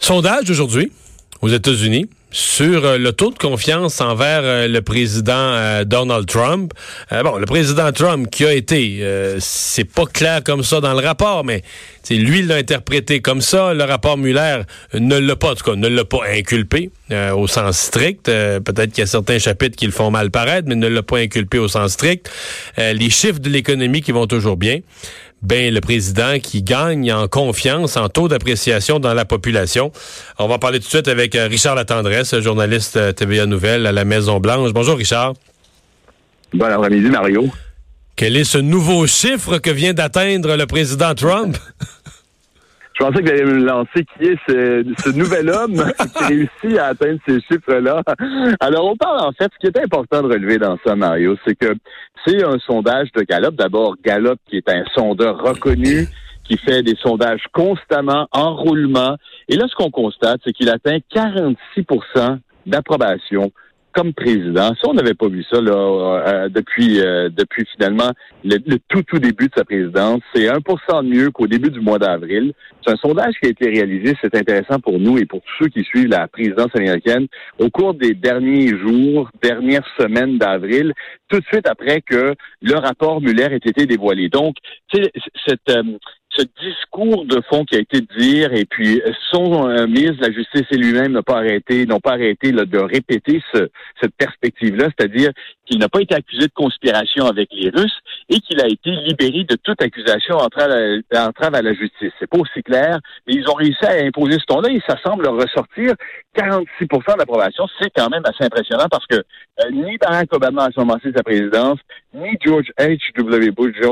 Sondage aujourd'hui aux États-Unis sur le taux de confiance envers le président Donald Trump. Le président Trump qui a été, c'est pas clair comme ça dans le rapport, mais lui il l'a interprété comme ça. Le rapport Mueller ne l'a pas, en tout cas, ne l'a pas inculpé au sens strict. Peut-être qu'il y a certains chapitres qui le font mal paraître, mais ne l'a pas inculpé au sens strict. Les chiffres de l'économie qui vont toujours bien. Le président qui gagne en confiance, en taux d'appréciation dans la population. On va en parler tout de suite avec Richard Latendresse, journaliste TVA Nouvelles à la Maison-Blanche. Bonjour Richard. Bon après-midi Mario. Quel est ce nouveau chiffre que vient d'atteindre le président Trump? Je pensais que vous alliez me lancer qui est ce nouvel homme qui réussit à atteindre ces chiffres-là. Alors, on parle en fait, ce qui est important de relever dans ça, Mario, c'est que c'est un sondage de Gallup. D'abord, Gallup, qui est un sondeur reconnu, qui fait des sondages constamment, en roulement. Et là, ce qu'on constate, c'est qu'il atteint 46% d'approbation comme président. Ça, on n'avait pas vu ça là depuis finalement le tout début de sa présidence. C'est 1% de mieux qu'au début du mois d'avril. C'est un sondage qui a été réalisé, c'est intéressant pour nous et pour tous ceux qui suivent la présidence américaine au cours des derniers jours, dernières semaines d'avril, tout de suite après que le rapport Mueller ait été dévoilé. Donc, ce discours de fond qui a été de dire, et puis son ministre de la Justice et lui-même n'ont pas arrêté là, de répéter cette perspective-là, c'est-à-dire qu'il n'a pas été accusé de conspiration avec les Russes et qu'il a été libéré de toute accusation entrave à la justice. C'est pas aussi clair, mais ils ont réussi à imposer ce ton-là et ça semble ressortir 46% d'approbation. C'est quand même assez impressionnant parce que ni Barack Obama a commencé sa présidence, ni George W.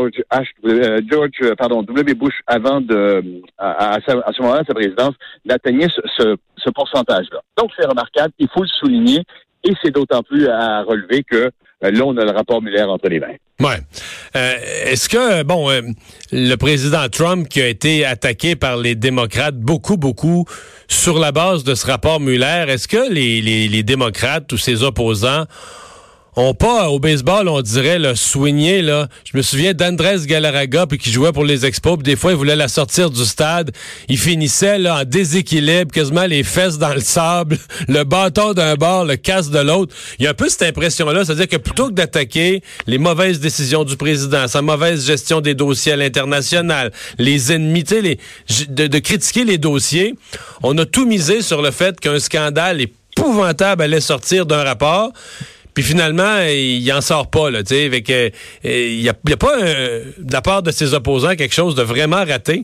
Bush avant à ce moment-là de sa présidence n'atteignait ce pourcentage-là. Donc c'est remarquable, il faut le souligner et c'est d'autant plus à relever que là on a le rapport Mueller entre les mains. Ouais. Est-ce que le président Trump qui a été attaqué par les démocrates beaucoup sur la base de ce rapport Mueller, est-ce que les démocrates ou ses opposants ont pas, au baseball, on dirait, le soigné, là. Je me souviens d'Andrés Galarraga, puis qui jouait pour les Expos, puis des fois, il voulait la sortir du stade. Il finissait, là, en déséquilibre, quasiment les fesses dans le sable, le bâton d'un bord, le casque de l'autre. Il y a un peu cette impression-là, c'est-à-dire que plutôt que d'attaquer les mauvaises décisions du président, sa mauvaise gestion des dossiers à l'international, les ennemis, tu sais, de critiquer les dossiers, on a tout misé sur le fait qu'un scandale épouvantable allait sortir d'un rapport. Puis finalement, il en sort pas, là, tu sais, avec il y a pas de la part de ses opposants quelque chose de vraiment raté.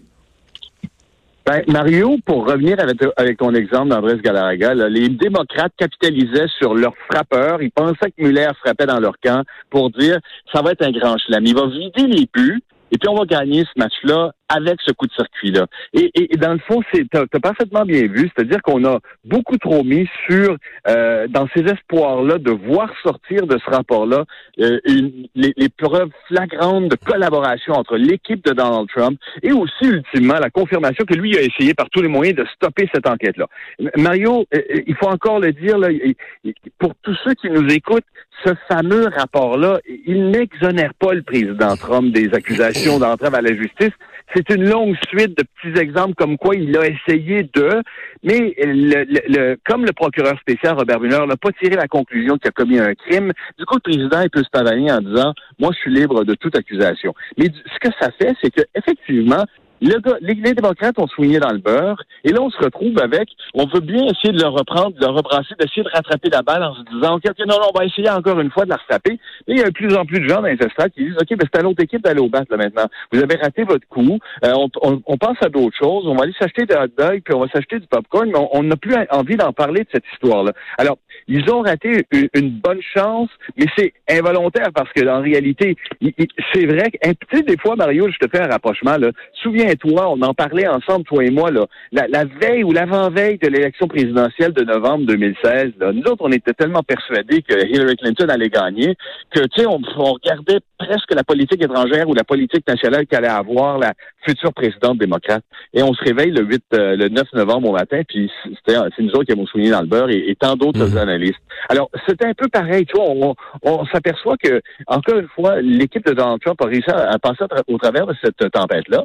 Mario, pour revenir avec ton exemple d'Andrés Galarraga, là, les démocrates capitalisaient sur leur frappeur. Ils pensaient que Mueller frappait dans leur camp pour dire ça va être un grand chelem. Il va vider les buts. Et puis, on va gagner ce match-là avec ce coup de circuit-là. Et dans le fond, t'as parfaitement bien vu, c'est-à-dire qu'on a beaucoup trop mis sur, dans ces espoirs-là, de voir sortir de ce rapport-là les preuves flagrantes de collaboration entre l'équipe de Donald Trump et aussi, ultimement, la confirmation que lui a essayé par tous les moyens de stopper cette enquête-là. Mario, il faut encore le dire, là, pour tous ceux qui nous écoutent, ce fameux rapport-là, il n'exonère pas le président Trump des accusations d'entrave à la justice. C'est une longue suite de petits exemples comme quoi il a essayé mais comme le procureur spécial Robert Mueller n'a pas tiré la conclusion qu'il a commis un crime, du coup le président il peut se pavaner en disant moi je suis libre de toute accusation. Mais ce que ça fait, c'est que effectivement les démocrates ont soigné dans le beurre, et là, on se retrouve avec, on veut bien essayer de le reprendre, de le rebrasser, d'essayer de rattraper la balle en se disant, OK, non, on va essayer encore une fois de la rattraper. Mais il y a de plus en plus de gens dans les estrades qui disent, OK, c'est à l'autre équipe d'aller au bat, là, maintenant. Vous avez raté votre coup, on pense à d'autres choses, on va aller s'acheter des hot dogs, puis on va s'acheter du popcorn, mais on n'a plus envie d'en parler de cette histoire-là. Alors, ils ont raté une bonne chance, mais c'est involontaire parce que, en réalité, c'est vrai que, tu sais, des fois, Mario, je te fais un rapprochement, là. Souviens-toi, on en parlait ensemble, toi et moi, là, la veille ou l'avant-veille de l'élection présidentielle de novembre 2016, là, nous autres, on était tellement persuadés que Hillary Clinton allait gagner que, tu sais, on regardait presque la politique étrangère ou la politique nationale qu'allait avoir la future présidente démocrate. Et on se réveille le 9 novembre au matin, puis c'est nous autres qui avons souligné dans le beurre et tant d'autres analystes. Alors, c'était un peu pareil, tu vois, on s'aperçoit que, encore une fois, l'équipe de Donald Trump a réussi à passer au travers de cette tempête-là. Et puis,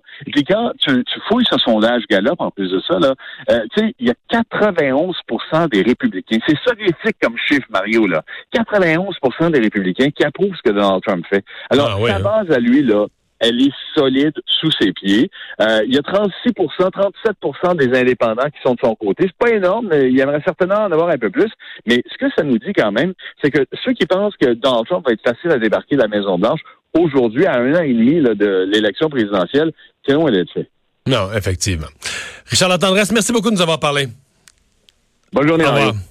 quand tu fouilles ce sondage Gallup, en plus de ça, là, tu sais, il y a 91% des républicains. C'est soviétique comme chiffre, Mario, là. 91% des républicains qui approuvent ce que Donald Trump fait. Alors, sa base à lui, là, elle est solide sous ses pieds. Il y a 37% des indépendants qui sont de son côté. C'est pas énorme, mais il aimerait certainement en avoir un peu plus. Mais ce que ça nous dit quand même, c'est que ceux qui pensent que Donald Trump va être facile à débarquer de la Maison-Blanche, aujourd'hui, à 1 an et demi là, de l'élection présidentielle, c'est loin d'être fait. Non, effectivement. Richard Latendresse, merci beaucoup de nous avoir parlé. Bonne journée, au revoir. Mario.